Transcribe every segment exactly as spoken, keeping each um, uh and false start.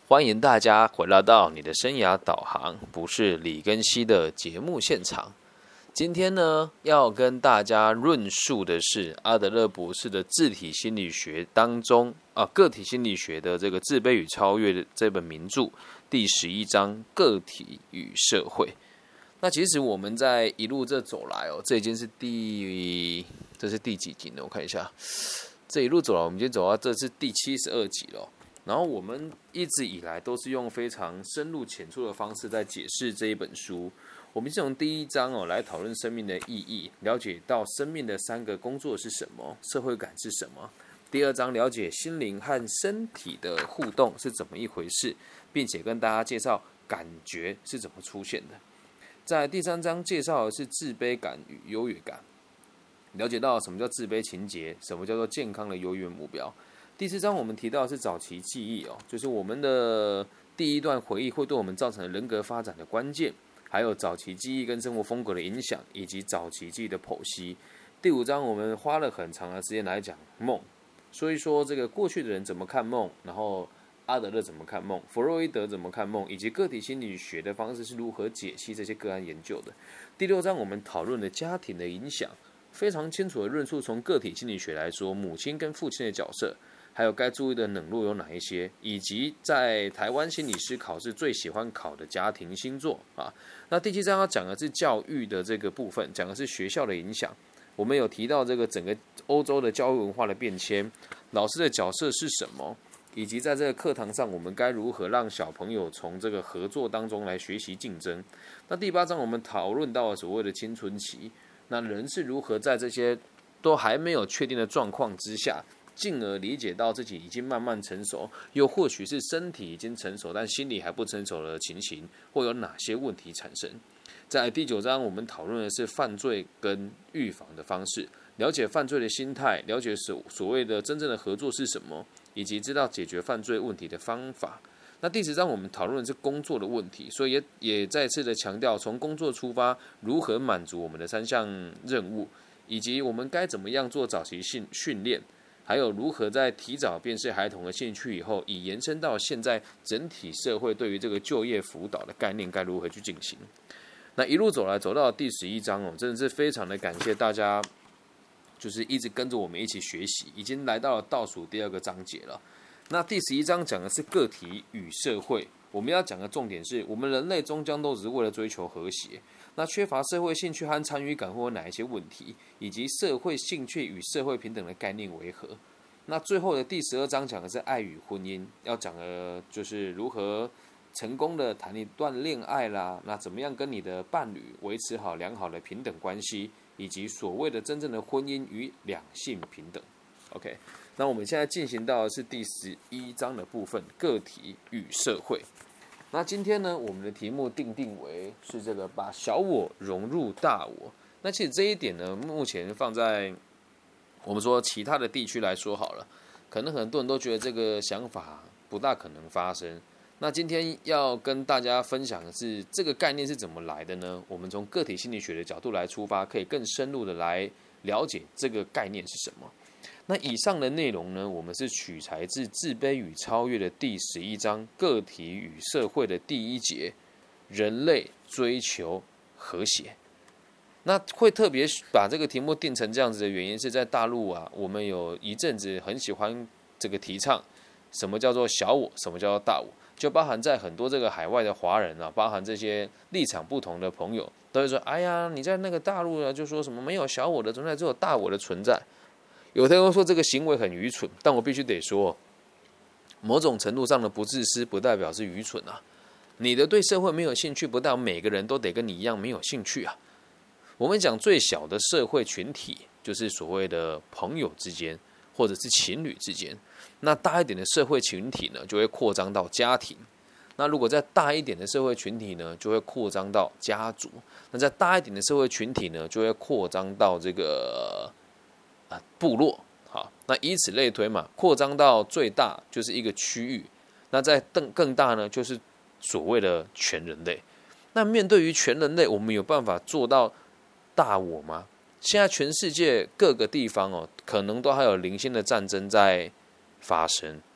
欢迎大家回来到你的生涯导航，不是李根熙的节目现场。今天呢，要跟大家论述的是阿德勒博士的自体心理学当中啊，个体心理学的这个自卑与超越的这本名著第十一章个体与社会。那其实我们在一路这走来哦，这已经是第这是第几集呢？我看一下，这一路走来，我们已经走到这是第七十二集了。然后我们一直以来都是用非常深入浅出的方式在解释这一本书。我们是从第一章哦来讨论生命的意义，了解到生命的三个工作是什么，社会感是什么。第二章了解心灵和身体的互动是怎么一回事，并且跟大家介绍感觉是怎么出现的。在第三章介绍的是自卑感与优越感，了解到什么叫自卑情节，什么叫做健康的优越目标。第四章我们提到的是早期记忆哦，就是我们的第一段回忆会对我们造成人格发展的关键，还有早期记忆跟生活风格的影响，以及早期记忆的剖析。第五章我们花了很长的时间来讲梦，所以说这个过去的人怎么看梦，然后阿德勒怎么看梦，弗洛伊德怎么看梦，以及个体心理学的方式是如何解析这些个案研究的。第六章我们讨论了家庭的影响，非常清楚的论述从个体心理学来说，母亲跟父亲的角色，还有该注意的冷落有哪一些，以及在台湾心理师考试最喜欢考的家庭星座啊。那第七章要讲的是教育的这个部分，讲的是学校的影响。我们有提到这个整个欧洲的教育文化的变迁，老师的角色是什么，以及在这个课堂上我们该如何让小朋友从这个合作当中来学习竞争。那第八章我们讨论到了所谓的青春期，那人是如何在这些都还没有确定的状况之下，进而理解到自己已经慢慢成熟，又或许是身体已经成熟但心理还不成熟的情形，会有哪些问题产生。在第九章我们讨论的是犯罪跟预防的方式，了解犯罪的心态，了解所谓的真正的合作是什么，以及知道解决犯罪问题的方法。那第十章我们讨论的是工作的问题，所以 也, 也再次的强调从工作出发如何满足我们的三项任务，以及我们该怎么样做早期训练，还有如何在提早辨识孩童的兴趣以后，以延伸到现在整体社会对于这个就业辅导的概念该如何去进行。那一路走来走到第十一章哦，真的是非常的感谢大家，就是一直跟着我们一起学习，已经来到了倒数第二个章节了。那第十一章讲的是个体与社会，我们要讲的重点是我们人类终将都只是为了追求和谐。那缺乏社会兴趣和参与感会有哪一些问题，以及社会兴趣与社会平等的概念为何？那最后的第十二章讲的是爱与婚姻，要讲的就是如何成功的谈一段恋爱啦，那怎么样跟你的伴侣维持好良好的平等关系，以及所谓的真正的婚姻与两性平等。OK， 那我们现在进行到的是第十一章的部分，个体与社会。那今天呢，我们的题目定定为是这个把小我融入大我。那其实这一点呢，目前放在我们说其他的地区来说好了，可能很多人都觉得这个想法不大可能发生。那今天要跟大家分享的是这个概念是怎么来的呢？我们从个体心理学的角度来出发，可以更深入的来了解这个概念是什么。那以上的内容呢，我们是取材自《自卑与超越》的第十一章个体与社会的第一节，人类追求和谐。那会特别把这个题目定成这样子的原因是在大陆啊，我们有一阵子很喜欢这个提倡什么叫做小我，什么叫做大我，就包含在很多这个海外的华人啊，包含这些立场不同的朋友都会说，哎呀，你在那个大陆啊，就说什么没有小我的存在，只有大我的存在。有的人说这个行为很愚蠢，但我必须得说，某种程度上的不自私不代表是愚蠢啊。你的对社会没有兴趣，不代表每个人都得跟你一样没有兴趣啊。我们讲最小的社会群体，就是所谓的朋友之间，或者是情侣之间。那大一点的社会群体呢，就会扩张到家庭。那如果再大一点的社会群体呢，就会扩张到家族。那再大一点的社会群体呢，就会扩张到这个啊部落。好，那以此类推嘛，扩张到最大就是一个区域。那再更更大呢，就是所谓的全人类。那面对于全人类，我们有办法做到大我吗？现在全世界各个地方哦，可能都还有零星的战争在发生。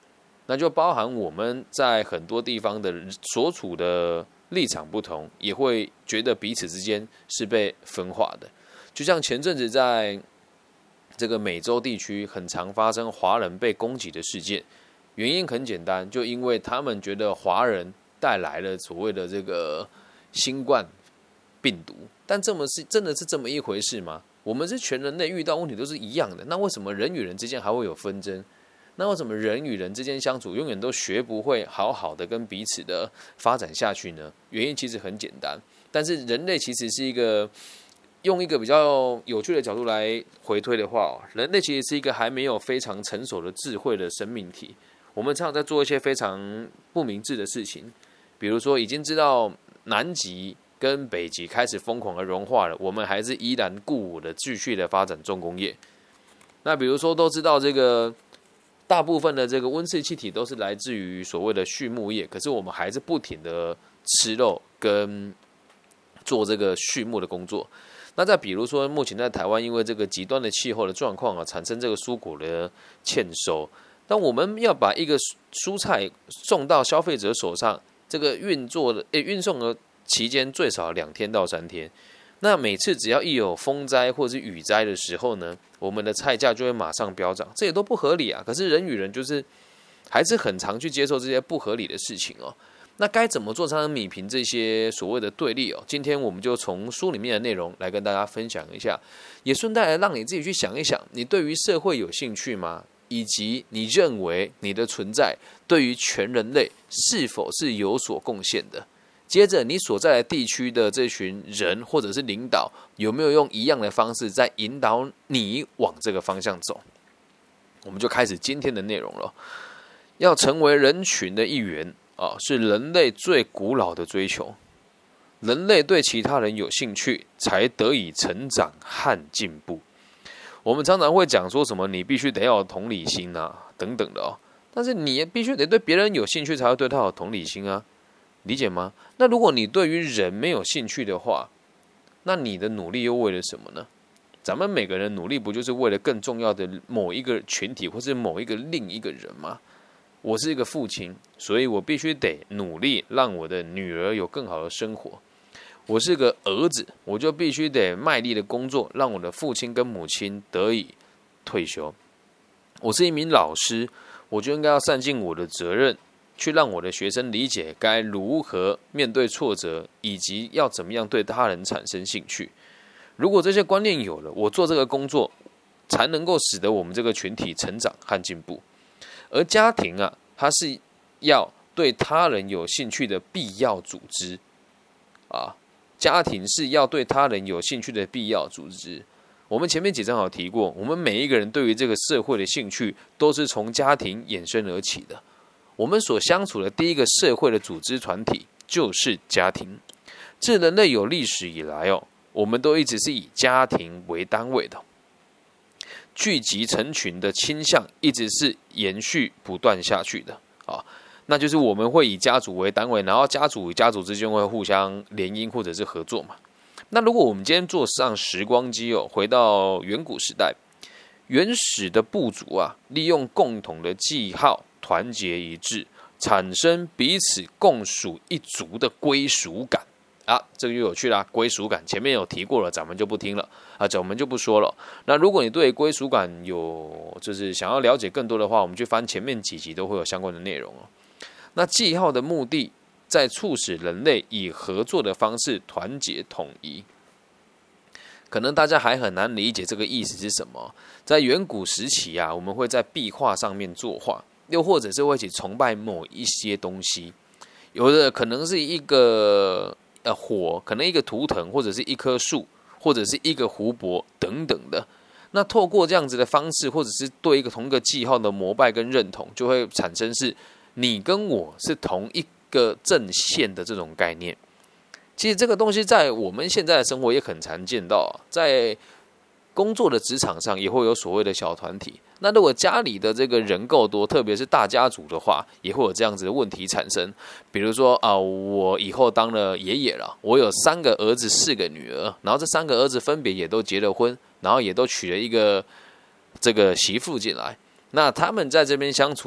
那就包含我们在很多地方的所处的立场不同，也会觉得彼此之间是被分化的。就像前阵子在这个美洲地区很常发生华人被攻击的事件，原因很简单，就因为他们觉得华人带来了所谓的这个新冠病毒，但这么是真的是这么一回事吗？我们是全人类遇到问题都是一样的，那为什么人与人之间还会有纷争？那为什么人与人之间相处永远都学不会好好的跟彼此的发展下去呢？原因其实很简单，但是人类其实是一个用一个比较有趣的角度来回推的话，人类其实是一个还没有非常成熟的智慧的生命体。我们常常在做一些非常不明智的事情，比如说已经知道南极跟北极开始疯狂的融化了，我们还是依然故我的继续的发展重工业。那比如说都知道这个大部分的这个温室气体都是来自于所谓的畜牧业，可是我们还是不停的吃肉跟做这个畜牧的工作。那再比如说，目前在台湾因为这个极端的气候的状况啊，产生这个蔬果的欠收。当我们要把一个蔬菜送到消费者手上，这个运作的诶运送的期间最少两天到三天。那每次只要一有风灾或是雨灾的时候呢，我们的菜价就会马上飙涨，这也都不合理啊。可是人与人就是还是很常去接受这些不合理的事情哦。那该怎么做才能弭平这些所谓的对立哦？今天我们就从书里面的内容来跟大家分享一下，也顺带来让你自己去想一想，你对于社会有兴趣吗？以及你认为你的存在对于全人类是否是有所贡献的？接着，你所在的地区的这群人或者是领导，有没有用一样的方式在引导你往这个方向走？我们就开始今天的内容了。要成为人群的一员啊，是人类最古老的追求。人类对其他人有兴趣，才得以成长和进步。我们常常会讲说什么，你必须得要有同理心啊，等等的哦。但是你也必须得对别人有兴趣，才会对他有同理心啊。理解吗？那如果你对于人没有兴趣的话，那你的努力又为了什么呢？咱们每个人努力不就是为了更重要的某一个群体，或是某一个另一个人吗？我是一个父亲，所以我必须得努力让我的女儿有更好的生活。我是个儿子，我就必须得卖力的工作，让我的父亲跟母亲得以退休。我是一名老师，我就应该要善尽我的责任，去让我的学生理解该如何面对挫折，以及要怎么样对他人产生兴趣。如果这些观念有了，我做这个工作才能够使得我们这个群体成长和进步。而家庭啊，它是要对他人有兴趣的必要组织啊，家庭是要对他人有兴趣的必要组织。我们前面几章有提过，我们每一个人对于这个社会的兴趣都是从家庭衍生而起的。我们所相处的第一个社会的组织团体就是家庭。自人类有历史以来哦，我们都一直是以家庭为单位的，聚集成群的倾向一直是延续不断下去的啊。那就是我们会以家族为单位，然后家族与家族之间会互相联姻或者是合作嘛。那如果我们今天坐上时光机哦，回到远古时代，原始的部族啊，利用共同的记号团结一致，产生彼此共属一族的归属感啊，这个就有趣啦。归属感前面有提过了，咱们就不听了啊，这我们就不说了。那如果你对归属感有就是想要了解更多的话，我们去翻前面几集都会有相关的内容哦。那记号的目的在促使人类以合作的方式团结统一。可能大家还很难理解这个意思是什么。在远古时期啊，我们会在壁画上面作画，又或者是会一起崇拜某一些东西。有的可能是一个呃火，可能一个图腾，或者是一棵树，或者是一个湖泊等等的。那透过这样子的方式，或者是对一个同一个记号的膜拜跟认同，就会产生是你跟我是同一个阵线的这种概念。其实这个东西在我们现在的生活也很常见到，在工作的职场上也会有所谓的小团体。那如果家里的这个人够多，特别是大家族的话，也会有这样子的问题产生。比如说啊，我以后当了爷爷了，我有三个儿子四个女儿，然后这三个儿子分别也都结了婚，然后也都娶了一个这个媳妇进来。那他们在这边相处，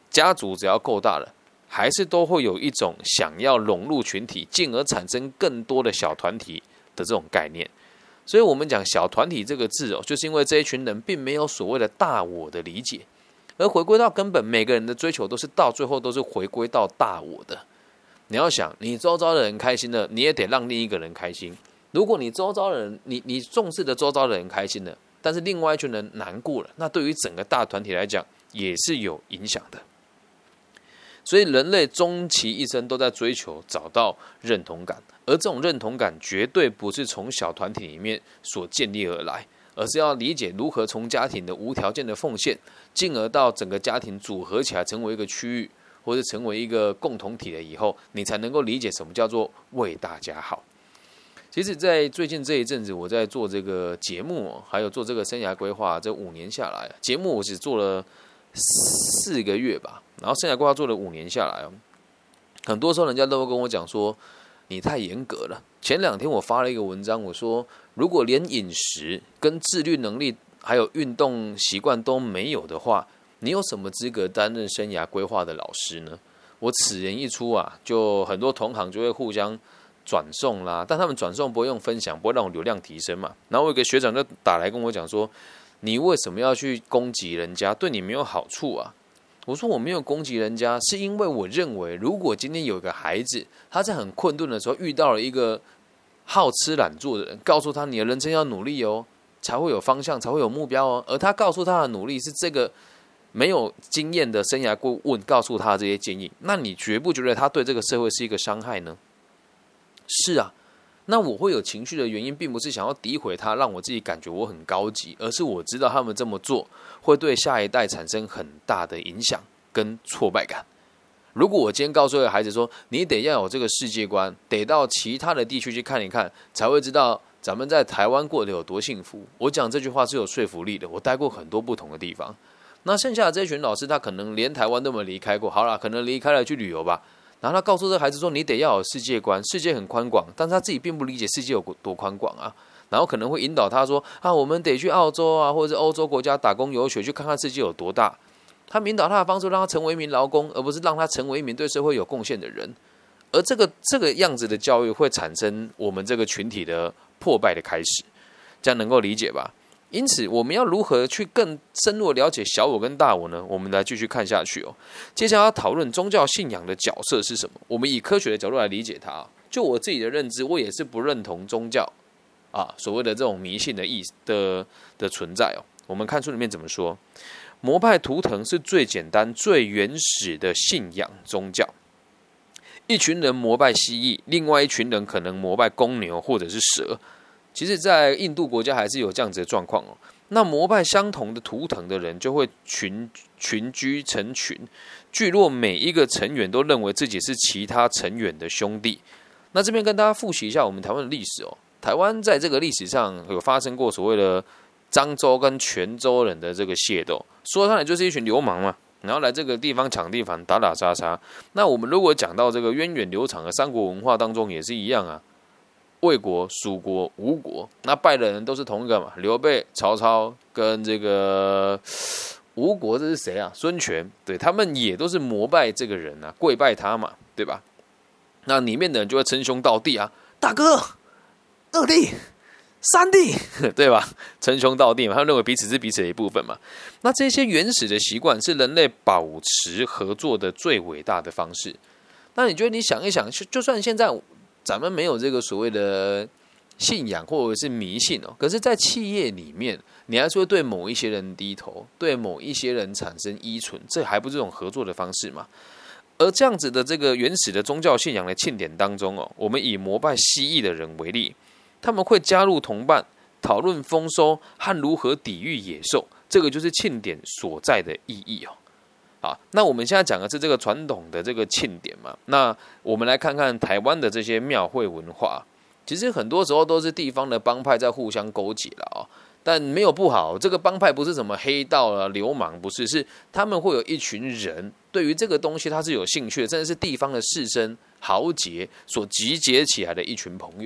家族只要够大了，还是都会有一种想要融入群体，进而产生更多的小团体的这种概念。所以我们讲小团体这个字哦，就是因为这一群人并没有所谓的大我的理解，而回归到根本，每个人的追求都是到最后都是回归到大我的。你要想，你周遭的人开心了，你也得让另一个人开心。如果你周遭的人，你你重视的周遭的人开心了，但是另外一群人难过了，那对于整个大团体来讲也是有影响的。所以人类终其一生都在追求找到认同感，而这种认同感绝对不是从小团体里面所建立而来，而是要理解如何从家庭的无条件的奉献，进而到整个家庭组合起来成为一个区域，或者成为一个共同体了以后，你才能够理解什么叫做为大家好。其实在最近这一阵子，我在做这个节目，还有做这个生涯规划，这五年下来，节目我只做了四个月吧，然后生涯规划做了五年下来，很多时候人家都会跟我讲说，你太严格了。前两天我发了一个文章，我说如果连饮食跟自律能力还有运动习惯都没有的话，你有什么资格担任生涯规划的老师呢？我此言一出啊，就很多同行就会互相转送啦，但他们转送不会用分享，不会让我流量提升嘛。然后我有个学长就打来跟我讲说，你为什么要去攻击人家？对你没有好处啊。我说我没有攻击人家，是因为我认为，如果今天有一个孩子，他在很困顿的时候遇到了一个好吃懒做的人，告诉他你的人生要努力哦，才会有方向，才会有目标哦。而他告诉他的努力是这个没有经验的生涯顾问告诉他这些建议，那你觉不觉得他对这个社会是一个伤害呢？是啊，那我会有情绪的原因，并不是想要诋毁他，让我自己感觉我很高级，而是我知道他们这么做会对下一代产生很大的影响跟挫败感。如果我今天告诉一个孩子说，你得要有这个世界观，得到其他的地区去看一看，才会知道咱们在台湾过得有多幸福。我讲这句话是有说服力的，我待过很多不同的地方。那剩下的这群老师，他可能连台湾都没离开过，好啦，可能离开了去旅游吧。然后他告诉这个孩子说，你得要有世界观，世界很宽广，但是他自己并不理解世界有多宽广啊。然后可能会引导他说啊，我们得去澳洲啊，或者是欧洲国家打工游学，去看看世界有多大。他引导他的方式让他成为一名劳工，而不是让他成为一名对社会有贡献的人。而这个这个样子的教育会产生我们这个群体的破败的开始，这样能够理解吧？因此，我们要如何去更深入了解小我跟大我呢？我们来继续看下去哦。接下来要讨论宗教信仰的角色是什么？我们以科学的角度来理解它。就我自己的认知，我也是不认同宗教啊所谓的这种迷信的意的的存在哦。我们看书里面怎么说？膜拜图腾是最简单、最原始的信仰宗教。一群人膜拜蜥蜴，另外一群人可能膜拜公牛或者是蛇。其实，在印度国家还是有这样子的状况哦。那膜拜相同的图腾的人，就会群群居成群，聚落每一个成员都认为自己是其他成员的兄弟。那这边跟大家复习一下我们台湾的历史哦。台湾在这个历史上有发生过所谓的漳州跟泉州人的这个械斗，说上来就是一群流氓嘛，然后来这个地方抢地盘，打打杀杀。那我们如果讲到这个源远流长的三国文化当中，也是一样啊。魏国、蜀国、吴国，那拜的人都是同一个嘛？刘备、曹操跟这个吴国，这是谁啊？孙权，对，他们也都是膜拜这个人啊，跪拜他嘛，对吧？那里面的人就会称兄道弟啊，大哥、二弟、三弟，对吧？称兄道弟嘛，他们认为彼此是彼此的一部分嘛。那这些原始的习惯是人类保持合作的最伟大的方式。那你觉得，你想一想，就算现在咱们没有这个所谓的信仰或者是迷信哦，可是，在企业里面，你还是会对某一些人低头，对某一些人产生依存，这还不是这种合作的方式吗？而这样子的这个原始的宗教信仰的庆典当中哦，我们以膜拜蜥蜴的人为例，他们会加入同伴，讨论丰收和如何抵御野兽，这个就是庆典所在的意义哦。好，那我们现在讲的是这个传统的这个庆典嘛，那我们来看看台湾的这些庙会文化，其实很多时候都是地方的帮派在互相勾结了哦，但没有不好，这个帮派不是什么黑道啊、流氓，不是，是他们会有一群人对于这个东西他是有兴趣的，甚至是地方的士绅豪杰所集结起来的一群朋友，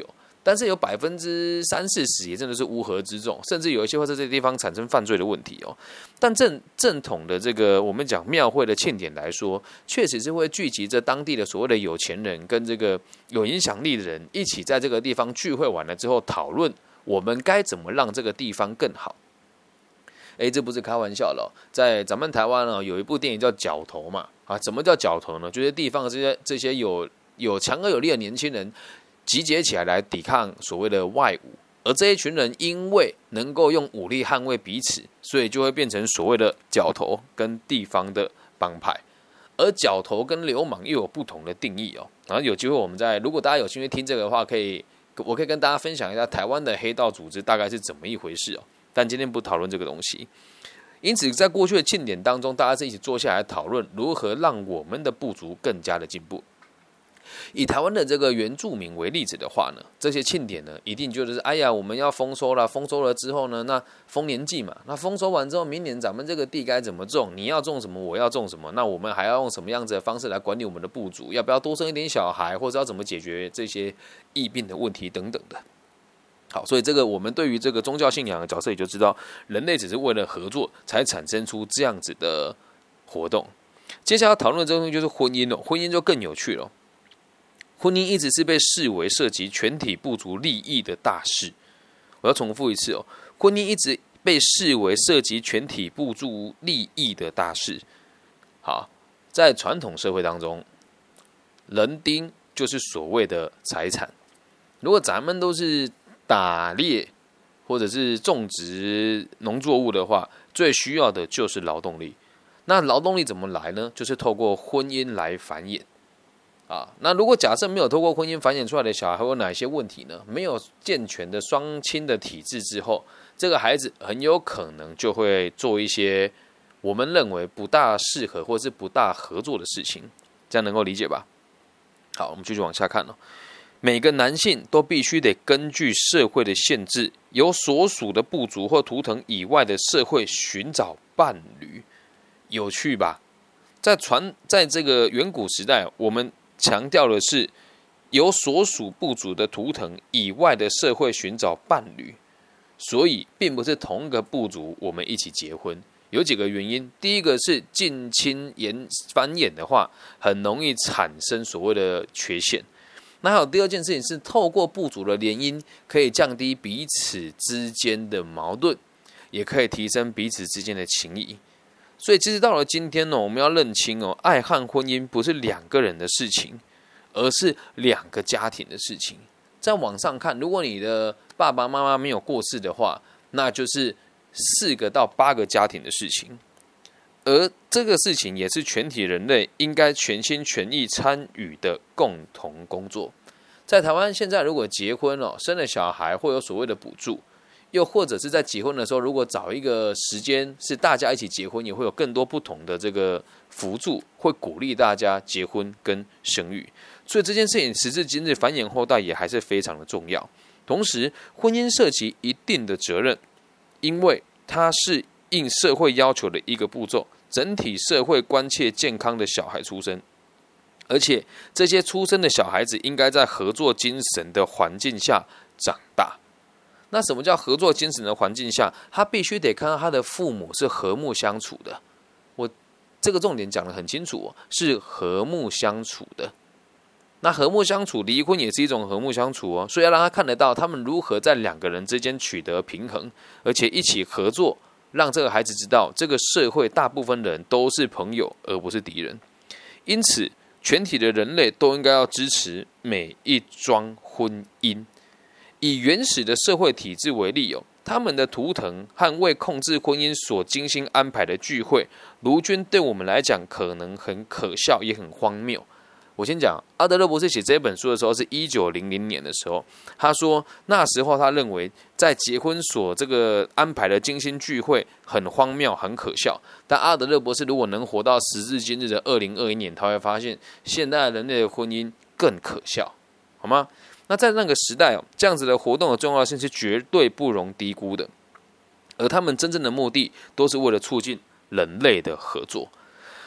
但是有百分之三四十也真的是乌合之众，甚至有一些会在这些地方产生犯罪的问题哦。但正正统的这个我们讲庙会的庆典来说，确实是会聚集着当地的所谓的有钱人跟这个有影响力的人一起在这个地方聚会完了之后讨论我们该怎么让这个地方更好。哎，这不是开玩笑了、哦，在咱们台湾呢、哦、有一部电影叫《角头》嘛，啊，什么叫角头呢？就是地方这些这些有有强而有力的年轻人集结起来来抵抗所谓的外侮，而这一群人因为能够用武力捍卫彼此，所以就会变成所谓的角头跟地方的帮派。而角头跟流氓又有不同的定义哦。然后有机会我们在，如果大家有兴趣听这个的话，可以我可以跟大家分享一下台湾的黑道组织大概是怎么一回事哦。但今天不讨论这个东西。因此，在过去的庆典当中，大家是一起坐下来讨论如何让我们的部族更加的进步。以台湾的这个原住民为例子的话呢，这些庆典呢，一定就是哎呀，我们要丰收了，丰收了之后呢，那丰年祭嘛，那丰收完之后，明年咱们这个地该怎么种？你要种什么，我要种什么？那我们还要用什么样子的方式来管理我们的部族？要不要多生一点小孩，或者要怎么解决这些疫病的问题等等的？好，所以这个我们对于这个宗教信仰的角色也就知道，人类只是为了合作才产生出这样子的活动。接下来要讨论的这个东西就是婚姻了，婚姻就更有趣了。婚姻一直是被视为涉及全体部族利益的大事。我要重复一次哦，婚姻一直被视为涉及全体部族利益的大事。好，在传统社会当中，人丁就是所谓的财产。如果咱们都是打猎或者是种植农作物的话，最需要的就是劳动力。那劳动力怎么来呢？就是透过婚姻来繁衍啊。那如果假设没有透过婚姻繁衍出来的小孩，会有哪些问题呢？没有健全的双亲的体制之后，这个孩子很有可能就会做一些我们认为不大适合或是不大合作的事情。这样能够理解吧？好，我们继续往下看哦。每个男性都必须得根据社会的限制，由所属的部族或图腾以外的社会寻找伴侣，有趣吧？在传，在这个远古时代，我们强调的是由所属部族的图腾以外的社会寻找伴侣，所以并不是同一个部族我们一起结婚。有几个原因，第一个是近亲延繁衍的话，很容易产生所谓的缺陷。那还有第二件事情是，透过部族的联姻，可以降低彼此之间的矛盾，也可以提升彼此之间的情谊。所以，其实到了今天呢，我们要认清哦，爱和婚姻不是两个人的事情，而是两个家庭的事情。在网上看，如果你的爸爸妈妈没有过世的话，那就是四个到八个家庭的事情。而这个事情也是全体人类应该全心全意参与的共同工作。在台湾现在如果结婚了，生了小孩会有所谓的补助，又或者是在结婚的时候，如果找一个时间是大家一起结婚，也会有更多不同的这个辅助，会鼓励大家结婚跟生育。所以这件事情时至今日繁衍后代也还是非常的重要。同时，婚姻涉及一定的责任，因为它是应社会要求的一个步骤，整体社会关切健康的小孩出生，而且这些出生的小孩子应该在合作精神的环境下长大。那什么叫合作精神的环境下？他必须得看到他的父母是和睦相处的。我这个重点讲得很清楚哦，是和睦相处的。那和睦相处，离婚也是一种和睦相处哦，所以要让他看得到他们如何在两个人之间取得平衡，而且一起合作，让这个孩子知道，这个社会大部分人都是朋友，而不是敌人。因此，全体的人类都应该要支持每一桩婚姻。以原始的社会体制为例哦，他们的图腾和为控制婚姻所精心安排的聚会，卢军对我们来讲可能很可笑，也很荒谬。我先讲，阿德勒博士写这本书的时候是一九零零年的时候，他说那时候他认为在结婚所这个安排的精心聚会很荒谬、很可笑。但阿德勒博士如果能活到时至今日的二零二一年，他会发现现代人类的婚姻更可笑，好吗？那在那个时代哦，这样子的活动的重要性是绝对不容低估的，而他们真正的目的都是为了促进人类的合作。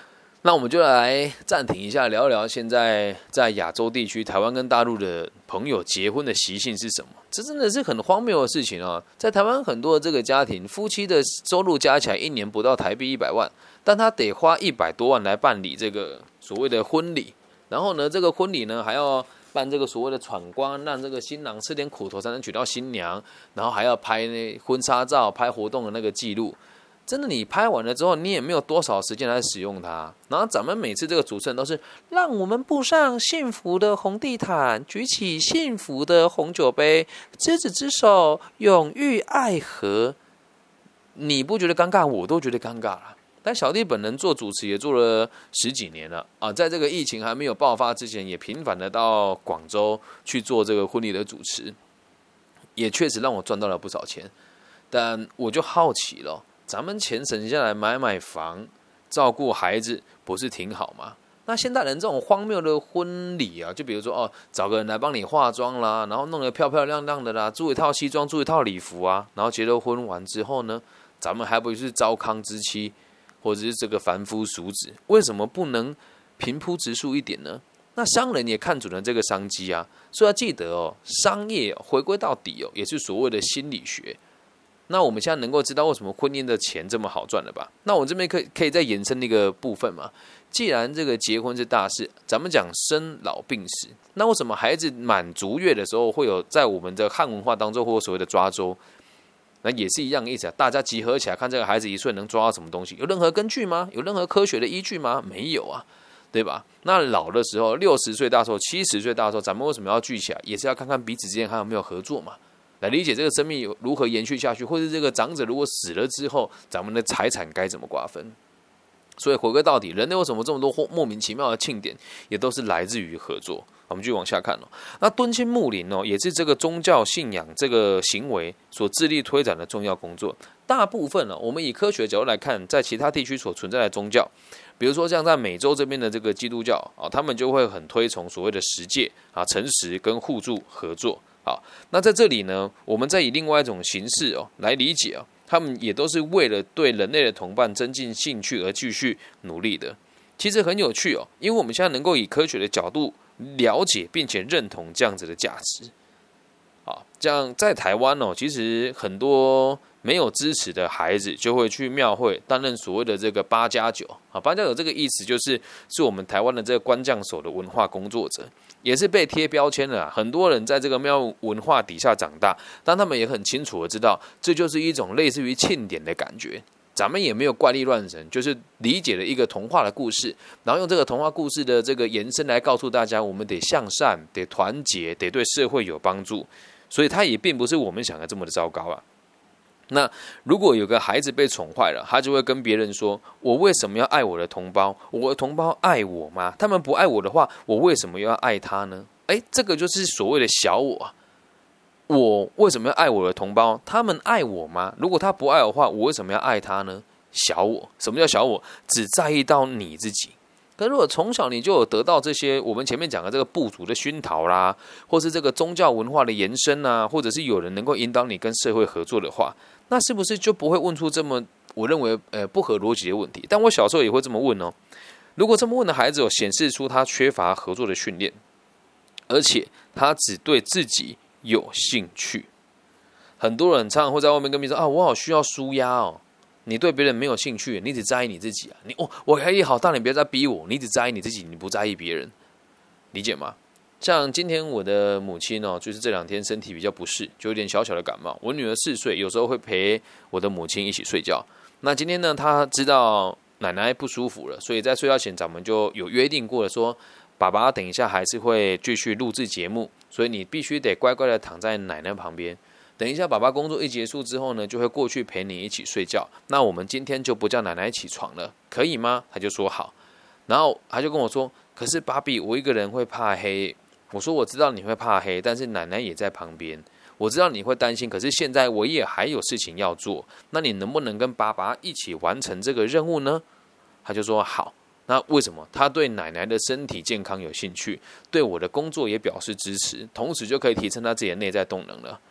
那我们就来暂停一下，聊一聊现在在亚洲地区，台湾跟大陆的朋友结婚的习性是什么？这真的是很荒谬的事情啊！在台湾很多的这个家庭，夫妻的收入加起来一年不到台币一百万，但他得花一百多万来办理这个所谓的婚礼，然后呢，这个婚礼呢还要办这个所谓的闯关，让这个新郎吃点苦头才能娶到新娘，然后还要拍那婚纱照、拍活动的那个记录。真的，你拍完了之后，你也没有多少时间来使用它。然后咱们每次这个主持人都是让我们步上幸福的红地毯，举起幸福的红酒杯，执子之手，永浴爱河。你不觉得尴尬？我都觉得尴尬了。但小弟本人做主持也做了十几年了啊，在这个疫情还没有爆发之前，也频繁的到广州去做这个婚礼的主持，也确实让我赚到了不少钱。但我就好奇了。咱们钱省下来买买房，照顾孩子，不是挺好吗？那现代人这种荒谬的婚礼啊，就比如说哦，找个人来帮你化妆啦，然后弄得漂漂亮亮的啦，租一套西装，租一套礼服啊，然后结了婚完之后呢，咱们还不是糟糠之妻，或者是这个凡夫俗子？为什么不能平铺直述一点呢？那商人也看准了这个商机啊，所以要记得哦，商业回归到底哦，也是所谓的心理学。那我们现在能够知道为什么婚姻的钱这么好赚了吧？那我这边可以可以再延伸一个部分嘛？既然这个结婚是大事，咱们讲生老病死，那为什么孩子满足月的时候会有在我们的汉文化当中会有所谓的抓周？那也是一样的意思啊！大家集合起来看这个孩子一岁能抓到什么东西，有任何根据吗？有任何科学的依据吗？没有啊，对吧？那老的时候，六十岁大寿、七十岁大寿，咱们为什么要聚起来？也是要看看彼此之间还有没有合作嘛？来理解这个生命如何延续下去，或是这个长者如果死了之后，咱们的财产该怎么瓜分？所以回归到底，人类为什么这么多莫名其妙的庆典，也都是来自于合作。我们继续往下看哦。那敦亲睦邻哦，也是这个宗教信仰这个行为所致力推展的重要工作。大部分呢、哦，我们以科学角度来看，在其他地区所存在的宗教，比如说像在美洲这边的这个基督教啊、哦，他们就会很推崇所谓的十诫啊，诚实跟互助合作。好，那在这里呢，我们再以另外一种形式哦来理解哦，他们也都是为了对人类的同伴增进兴趣而继续努力的。其实很有趣哦，因为我们现在能够以科学的角度了解并且认同这样子的价值。好，这样在台湾哦，其实很多没有支持的孩子就会去庙会担任所谓的这个八加九啊，八加九这个意思就是是我们台湾的这个官将手的文化工作者。也是被贴标签了，很多人在这个庙文化底下长大，但他们也很清楚的知道，这就是一种类似于庆典的感觉。咱们也没有怪力乱神，就是理解了一个童话的故事，然后用这个童话故事的这个延伸来告诉大家，我们得向善，得团结，得对社会有帮助。所以它也并不是我们想的这么的糟糕啊。那如果有个孩子被宠坏了，他就会跟别人说：“我为什么要爱我的同胞？我的同胞爱我吗？他们不爱我的话，我为什么又要爱他呢？”哎，这个就是所谓的小我啊。我为什么要爱我的同胞？他们爱我吗？如果他不爱我的话，我为什么要爱他呢？小我，什么叫小我？只在意到你自己。可如果从小你就有得到这些我们前面讲的这个部族的熏陶啦，或是这个宗教文化的延伸啊，或者是有人能够引导你跟社会合作的话，那是不是就不会问出这么我认为呃不合逻辑的问题？但我小时候也会这么问哦。如果这么问的孩子有显示出他缺乏合作的训练，而且他只对自己有兴趣，很多人常常会在外面跟别人说啊，我好需要抒压哦。你对别人没有兴趣，你只在意你自己啊！你哦，我可以好大，你不要再逼我，你只在意你自己，你不在意别人，理解吗？像今天我的母亲哦，就是这两天身体比较不适，就有点小小的感冒。我女儿四岁，有时候会陪我的母亲一起睡觉。那今天呢，她知道奶奶不舒服了，所以在睡觉前咱们就有约定过了说，说爸爸等一下还是会继续录制节目，所以你必须得乖乖的躺在奶奶旁边。等一下，爸爸工作一结束之后呢，就会过去陪你一起睡觉。那我们今天就不叫奶奶起床了，可以吗？他就说好。然后他就跟我说：“可是芭比，我一个人会怕黑。”我说：“我知道你会怕黑，但是奶奶也在旁边。我知道你会担心，可是现在我也还有事情要做。那你能不能跟爸爸一起完成这个任务呢？”他就说好。那为什么？他对奶奶的身体健康有兴趣，对我的工作也表示支持，同时就可以提升他自己的内在动能了。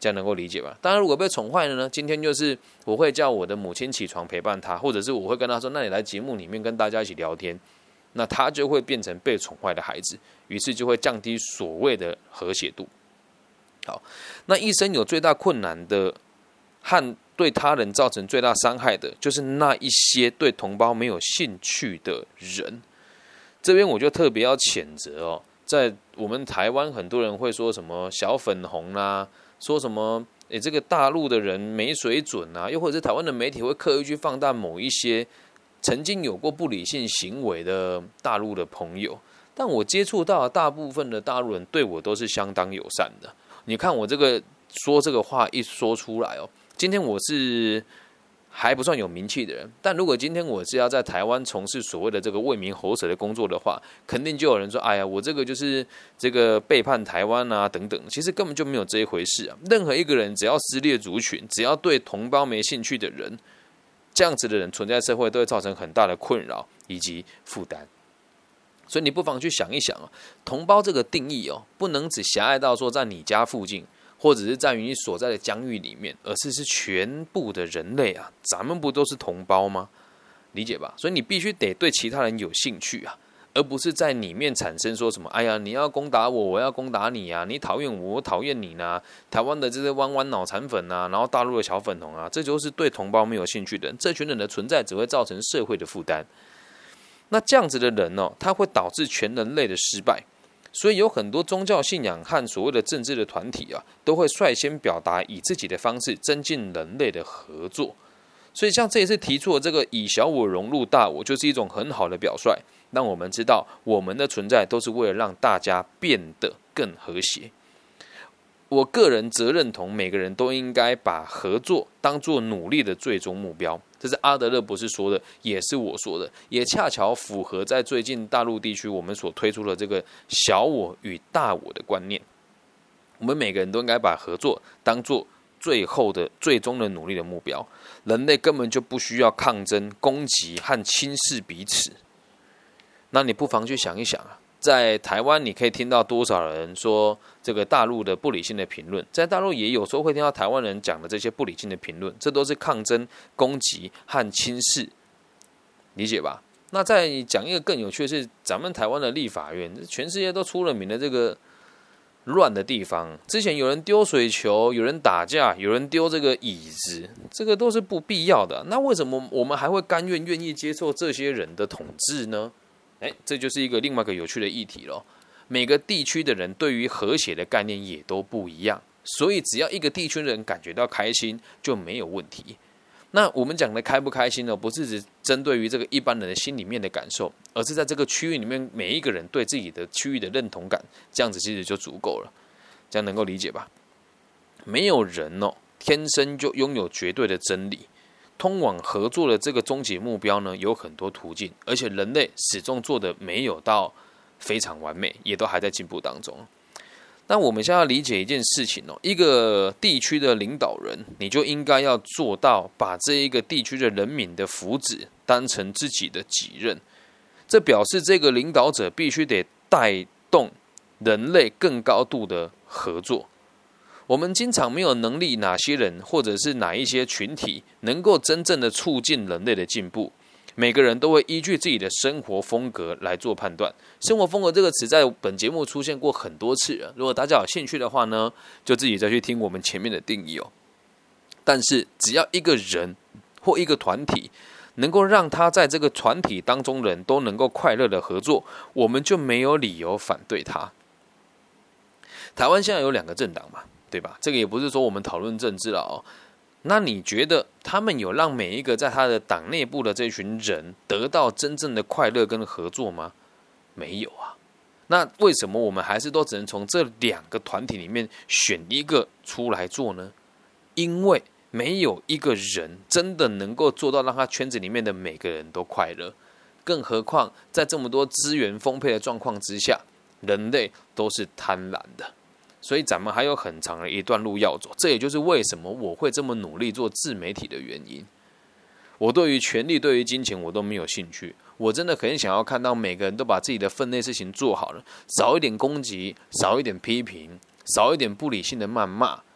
这样能够理解吧？当然，如果被宠坏了呢？今天就是我会叫我的母亲起床陪伴他，或者是我会跟他说：“那你来节目里面跟大家一起聊天。”那他就会变成被宠坏的孩子，于是就会降低所谓的和谐度。好，那一生有最大困难的和对他人造成最大伤害的，就是那一些对同胞没有兴趣的人。这边我就特别要谴责哦，在我们台湾很多人会说什么小粉红啦、啊，说什么诶这个大陆的人没水准啊，又或者是台湾的媒体会刻意去放大某一些曾经有过不理性行为的大陆的朋友。但我接触到的大部分的大陆人对我都是相当友善的。你看我这个说这个话一说出来哦，今天我是还不算有名气的人，但如果今天我是要在台湾从事所谓的这个为民喉舌的工作的话，肯定就有人说：“哎呀，我这个就是这个背叛台湾啊，等等。”其实根本就没有这一回事啊！任何一个人只要撕裂族群，只要对同胞没兴趣的人，这样子的人存在社会都会造成很大的困扰以及负担。所以你不妨去想一想啊，同胞这个定义哦，不能只狭隘到说在你家附近，或者是在于你所在的疆域里面，而是是全部的人类啊，咱们不都是同胞吗？理解吧？所以你必须得对其他人有兴趣啊，而不是在里面产生说什么，哎呀，你要攻打我，我要攻打你啊，你讨厌我，我讨厌你呢。台湾的这些弯弯脑残粉啊，然后大陆的小粉红啊，这就是对同胞没有兴趣的人。这群人的存在只会造成社会的负担。那这样子的人哦，他会导致全人类的失败。所以有很多宗教信仰和所谓的政治的团体啊，都会率先表达以自己的方式增进人类的合作。所以像这一次提出的这个以小我融入大我，就是一种很好的表率，让我们知道我们的存在都是为了让大家变得更和谐。我个人则认同每个人都应该把合作当作努力的最终目标，这是阿德勒博士说的，也是我说的，也恰巧符合在最近大陆地区我们所推出的这个小我与大我的观念。我们每个人都应该把合作当作最后的最终的努力的目标。人类根本就不需要抗争、攻击和轻视彼此。那你不妨去想一想啊，在台湾你可以听到多少人说这个大陆的不理性的评论，在大陆也有时候会听到台湾人讲的这些不理性的评论，这都是抗争、攻击和轻视，理解吧？那再讲一个更有趣的是，咱们台湾的立法院，全世界都出了名的这个乱的地方，之前有人丢水球，有人打架，有人丢这个椅子，这个都是不必要的。那为什么我们还会甘愿愿意接受这些人的统治呢？哎，这就是一个另外一个有趣的议题咯。每个地区的人对于和谐的概念也都不一样，所以只要一个地区的人感觉到开心就没有问题。那我们讲的开不开心呢？不是只针对于这个一般人的心里面的感受，而是在这个区域里面每一个人对自己的区域的认同感，这样子其实就足够了。这样能够理解吧？没有人哦，天生就拥有绝对的真理。通往合作的这个终极目标呢，有很多途径，而且人类始终做的没有到非常完美，也都还在进步当中。那我们现在要理解一件事情哦，一个地区的领导人，你就应该要做到把这一个地区的人民的福祉当成自己的己任。这表示这个领导者必须得带动人类更高度的合作。我们经常没有能力，哪些人或者是哪一些群体能够真正的促进人类的进步。每个人都会依据自己的生活风格来做判断。生活风格这个词在本节目出现过很多次了，如果大家有兴趣的话呢，就自己再去听我们前面的定义哦。但是只要一个人或一个团体能够让他在这个团体当中人都能够快乐的合作，我们就没有理由反对他。台湾现在有两个政党嘛，对吧？这个也不是说我们讨论政治了哦。那你觉得他们有让每一个在他的党内部的这群人得到真正的快乐跟合作吗？没有啊。那为什么我们还是都只能从这两个团体里面选一个出来做呢？因为没有一个人真的能够做到让他圈子里面的每个人都快乐，更何况在这么多资源丰沛的状况之下，人类都是贪婪的。所以咱们还有很长的一段路要走，这也就是为什么我会这么努力做自媒体的原因。我对于权力、对于金钱我都没有兴趣，我真的很想要看到每个人都把自己的分内事情做好了，少一点攻击，少一点批评，少一点不理性的谩骂，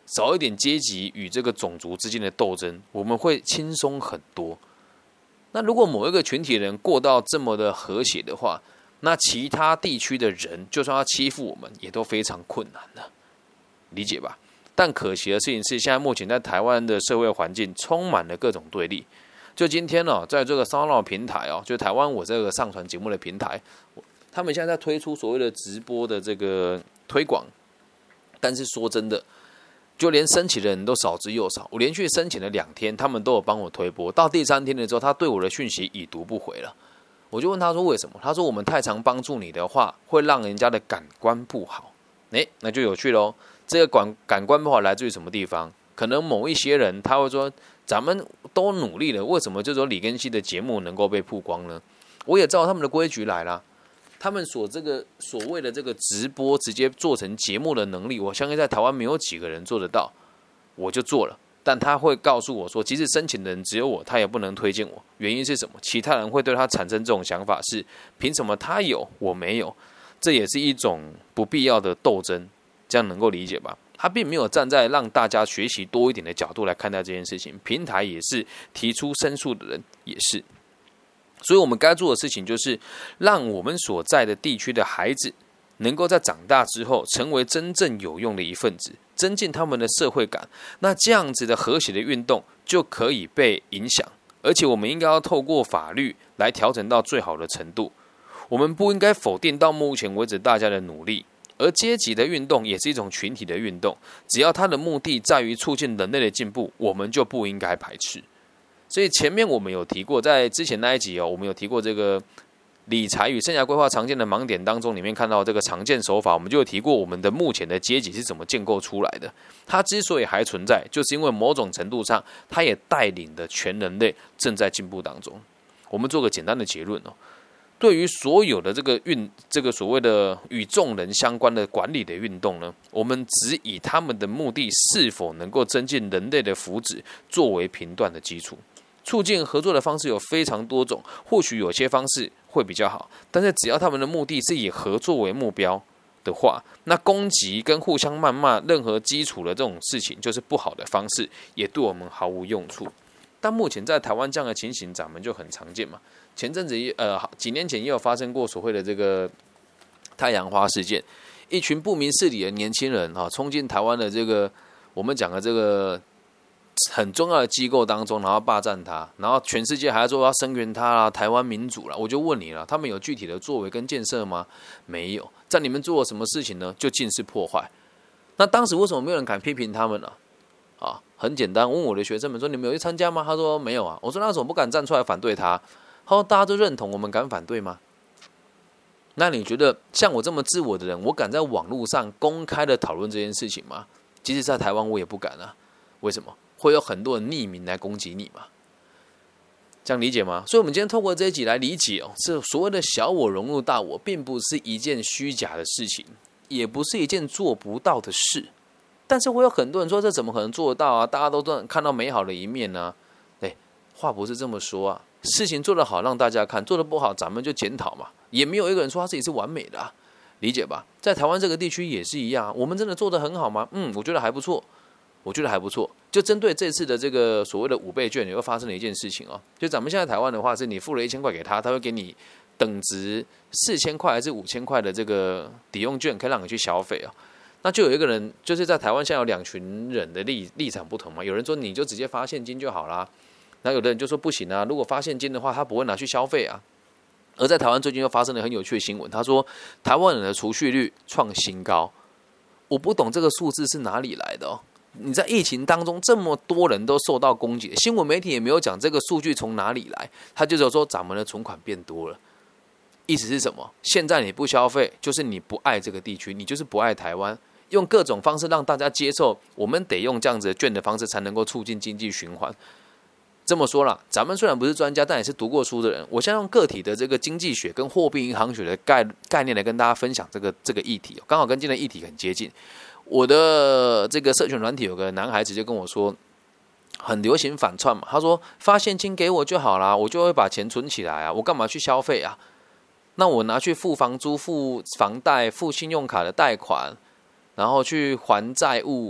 少一点阶级与这个种族之间的斗争，我们会轻松很多。那如果某一个群体的人过到这么的和谐的话，那其他地区的人就算要欺负我们，也都非常困难了，理解吧？但可惜的事情是，现在目前在台湾的社会环境充满了各种对立。就今天哦，在这个SoundOn平台哦，就台湾我这个上传节目的平台，他们现在在推出所谓的直播的这个推广，但是说真的，就连申请的人都少之又少。我连续申请了两天，他们都有帮我推播。到第三天的时候，他对我的讯息已读不回了。我就问他说为什么？他说我们太常帮助你的话，会让人家的感官不好。哎，那就有趣喽。这个感感官不好来自于什么地方？可能某一些人他会说，咱们都努力了，为什么就说李根熙的节目能够被曝光呢？我也照他们的规矩来啦。他们所这个所谓的这个直播直接做成节目的能力，我相信在台湾没有几个人做得到。我就做了，但他会告诉我说，即使申请的人只有我，他也不能推荐我。原因是什么？其他人会对他产生这种想法是，凭什么他有我没有？这也是一种不必要的斗争，这样能够理解吧？他并没有站在让大家学习多一点的角度来看待这件事情。平台也是，提出申诉的人也是。所以我们该做的事情就是让我们所在的地区的孩子能够在长大之后成为真正有用的一份子，增进他们的社会感。那这样子的和谐的运动就可以被影响，而且我们应该要透过法律来调整到最好的程度。我们不应该否定到目前为止大家的努力，而阶级的运动也是一种群体的运动，只要它的目的在于促进人类的进步，我们就不应该排斥。所以前面我们有提过，在之前那一集哦，我们有提过这个理财与生涯规划常见的盲点当中，里面看到这个常见手法，我们就有提过我们的目前的阶级是怎么建构出来的。它之所以还存在，就是因为某种程度上，它也带领的全人类正在进步当中。我们做个简单的结论哦，对于所有的这个运这个所谓的与众人相关的管理的运动呢，我们只以他们的目的是否能够增进人类的福祉作为评断的基础。促进合作的方式有非常多种，或许有些方式会比较好，但是只要他们的目的是以合作为目标的话，那攻击跟互相谩骂任何基础的这种事情就是不好的方式，也对我们毫无用处。但目前在台湾这样的情形，咱们就很常见嘛。前阵子呃几年前也有发生过所谓的这个太阳花事件，一群不明事理的年轻人啊，冲进台湾的这个我们讲的这个很重要的机构当中，然后霸占它，然后全世界还说要声援它啦，台湾民主啦。我就问你了，他们有具体的作为跟建设吗？没有。在你们做了什么事情呢？就尽是破坏。那当时为什么没有人敢批评他们呢？啊，很简单，问我的学生们说，你们有去参加吗？他说没有啊。我说那怎么不敢站出来反对他？他说大家都认同，我们敢反对吗？那你觉得像我这么自我的人，我敢在网络上公开的讨论这件事情吗？即使在台湾，我也不敢啊。为什么？会有很多人匿名来攻击你嘛？这样理解吗？所以我们今天透过这一集来理解哦，是所谓的小我融入大我，并不是一件虚假的事情，也不是一件做不到的事。但是会有很多人说，这怎么可能做得到啊？大家都看到美好的一面呢、啊？哎，话不是这么说啊。事情做得好让大家看，做得不好咱们就检讨嘛。也没有一个人说他自己是完美的啊，理解吧？在台湾这个地区也是一样，我们真的做得很好吗？嗯，我觉得还不错。我觉得还不错，就针对这次的这个所谓的五倍券，又发生了一件事情哦。就咱们现在台湾的话，是你付了一千块给他，他会给你等值四千块还是五千块的这个抵用券，可以让你去消费哦。那就有一个人，就是在台湾现在有两群人的立立场不同嘛。有人说你就直接发现金就好啦，那有的人就说不行啊，如果发现金的话，他不会拿去消费啊。而在台湾最近又发生了很有趣的新闻，他说台湾人的储蓄率创新高，我不懂这个数字是哪里来的哦。你在疫情当中这么多人都受到攻击，新闻媒体也没有讲这个数据从哪里来，他就只有说咱们的存款变多了。意思是什么？现在你不消费，就是你不爱这个地区，你就是不爱台湾，用各种方式让大家接受，我们得用这样子的券的方式才能够促进经济循环。这么说啦，咱们虽然不是专家，但也是读过书的人。我先用个体的这个经济学跟货币银行学的概概念来跟大家分享这个这个议题，刚好跟今天的议题很接近。我的这个社群软体有个男孩子就跟我说，很流行反串嘛，他说发现金给我就好啦，我就会把钱存起来啊，我干嘛去消费啊？那我拿去付房租、付房贷、付信用卡的贷款，然后去还债务，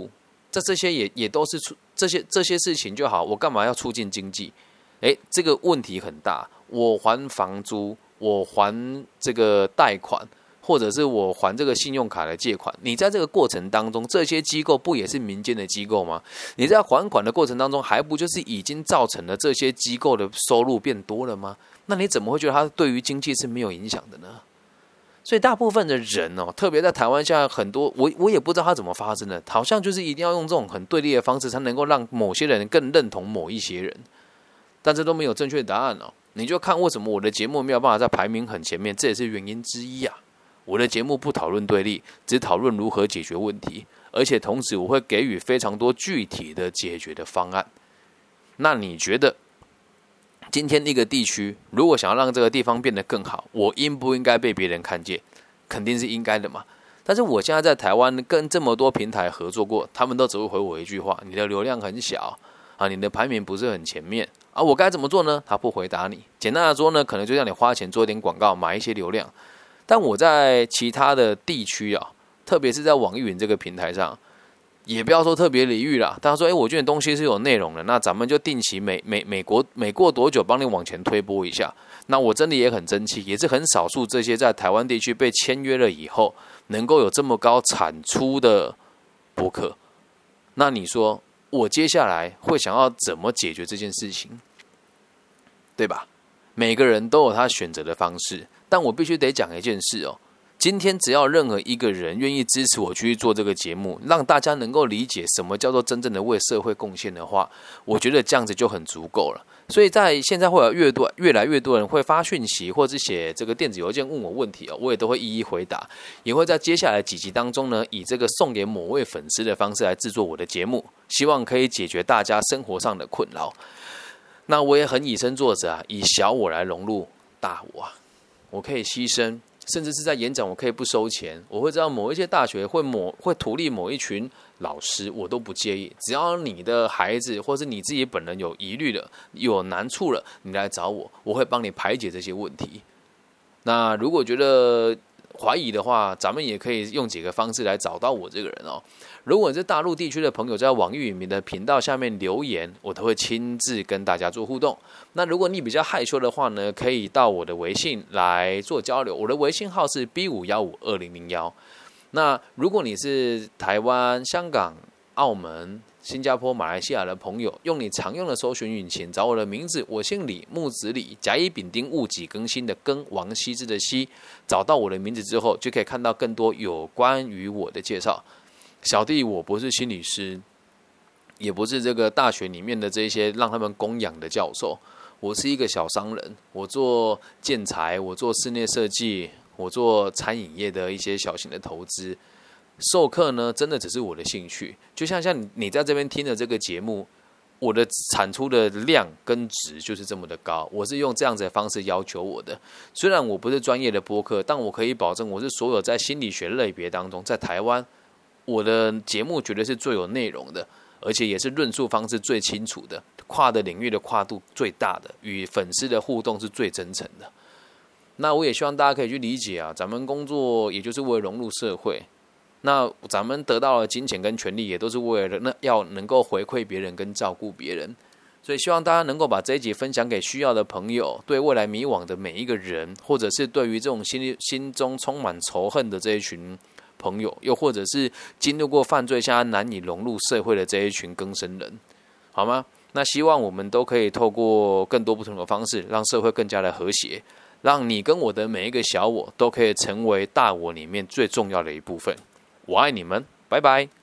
这这些也也都是出这些这些事情就好，我干嘛要促进经济？哎，这个问题很大。我还房租，我还这个贷款，或者是我还这个信用卡的借款，你在这个过程当中，这些机构不也是民间的机构吗？你在还款的过程当中，还不就是已经造成了这些机构的收入变多了吗？那你怎么会觉得它对于经济是没有影响的呢？所以大部分的人哦，特别在台湾现在很多，我我也不知道它怎么发生的，好像就是一定要用这种很对立的方式，才能够让某些人更认同某一些人，但这都没有正确答案哦。你就看为什么我的节目没有办法在排名很前面，这也是原因之一啊。我的节目不讨论对立，只讨论如何解决问题，而且同时我会给予非常多具体的解决的方案。那你觉得？今天一个地区，如果想要让这个地方变得更好，我应不应该被别人看见？肯定是应该的嘛。但是我现在在台湾跟这么多平台合作过，他们都只会回我一句话：你的流量很小啊，你的排名不是很前面啊。我该怎么做呢？他不回答你。简单的说呢，可能就让你花钱做一点广告，买一些流量。但我在其他的地区啊，特别是在网易云这个平台上。也不要说特别礼遇啦，大家说，哎、欸，我觉得你东西是有内容的，那咱们就定期每每每国每过多久帮你往前推播一下。那我真的也很争气，也是很少数这些在台湾地区被签约了以后，能够有这么高产出的播客。那你说，我接下来会想要怎么解决这件事情，对吧？每个人都有他选择的方式，但我必须得讲一件事哦。今天只要任何一个人愿意支持我去做这个节目，让大家能够理解什么叫做真正的为社会贡献的话，我觉得这样子就很足够了。所以在现在会有越多越来越多人会发讯息，或者是写这个电子邮件问我问题哦，我也都会一一回答，也会在接下来几集当中呢，以这个送给某位粉丝的方式来制作我的节目，希望可以解决大家生活上的困扰。那我也很以身作则啊，以小我来融入大我啊，我可以牺牲。甚至是在演讲，我可以不收钱。我会知道某一些大学会某会图利某一群老师，我都不介意。只要你的孩子或是你自己本人有疑虑了、有难处了，你来找我，我会帮你排解这些问题。那如果觉得怀疑的话，咱们也可以用几个方式来找到我这个人哦。如果是大陆地区的朋友，在网易云的频道下面留言，我都会亲自跟大家做互动。那如果你比较害羞的话呢，可以到我的微信来做交流。我的微信号是 B 五一五二零零一。那如果你是台湾、香港、澳门、新加坡、马来西亚的朋友，用你常用的搜寻引擎找我的名字，我姓李，木子李，甲乙丙丁戊己庚辛的庚，王羲之的羲，找到我的名字之后，就可以看到更多有关于我的介绍。小弟我不是心理师，也不是这个大学里面的这些让他们供养的教授，我是一个小商人，我做建材，我做室内设计，我做餐饮业的一些小型的投资。授课呢，真的只是我的兴趣，就像像你在这边听的这个节目，我的产出的量跟值就是这么的高，我是用这样子的方式要求我的。虽然我不是专业的播客，但我可以保证，我是所有在心理学类别当中，在台湾，我的节目绝对是最有内容的，而且也是论述方式最清楚的，跨的领域的跨度最大的，与粉丝的互动是最真诚的。那我也希望大家可以去理解啊，咱们工作也就是为了融入社会。那咱们得到的金钱跟权利，也都是为了要能够回馈别人跟照顾别人。所以希望大家能够把这一集分享给需要的朋友，对未来迷惘的每一个人，或者是对于这种 心, 心中充满仇恨的这一群朋友，又或者是经历过犯罪现在难以融入社会的这一群更生人，好吗？那希望我们都可以透过更多不同的方式，让社会更加的和谐，让你跟我的每一个小我都可以成为大我里面最重要的一部分。我爱你们，拜拜。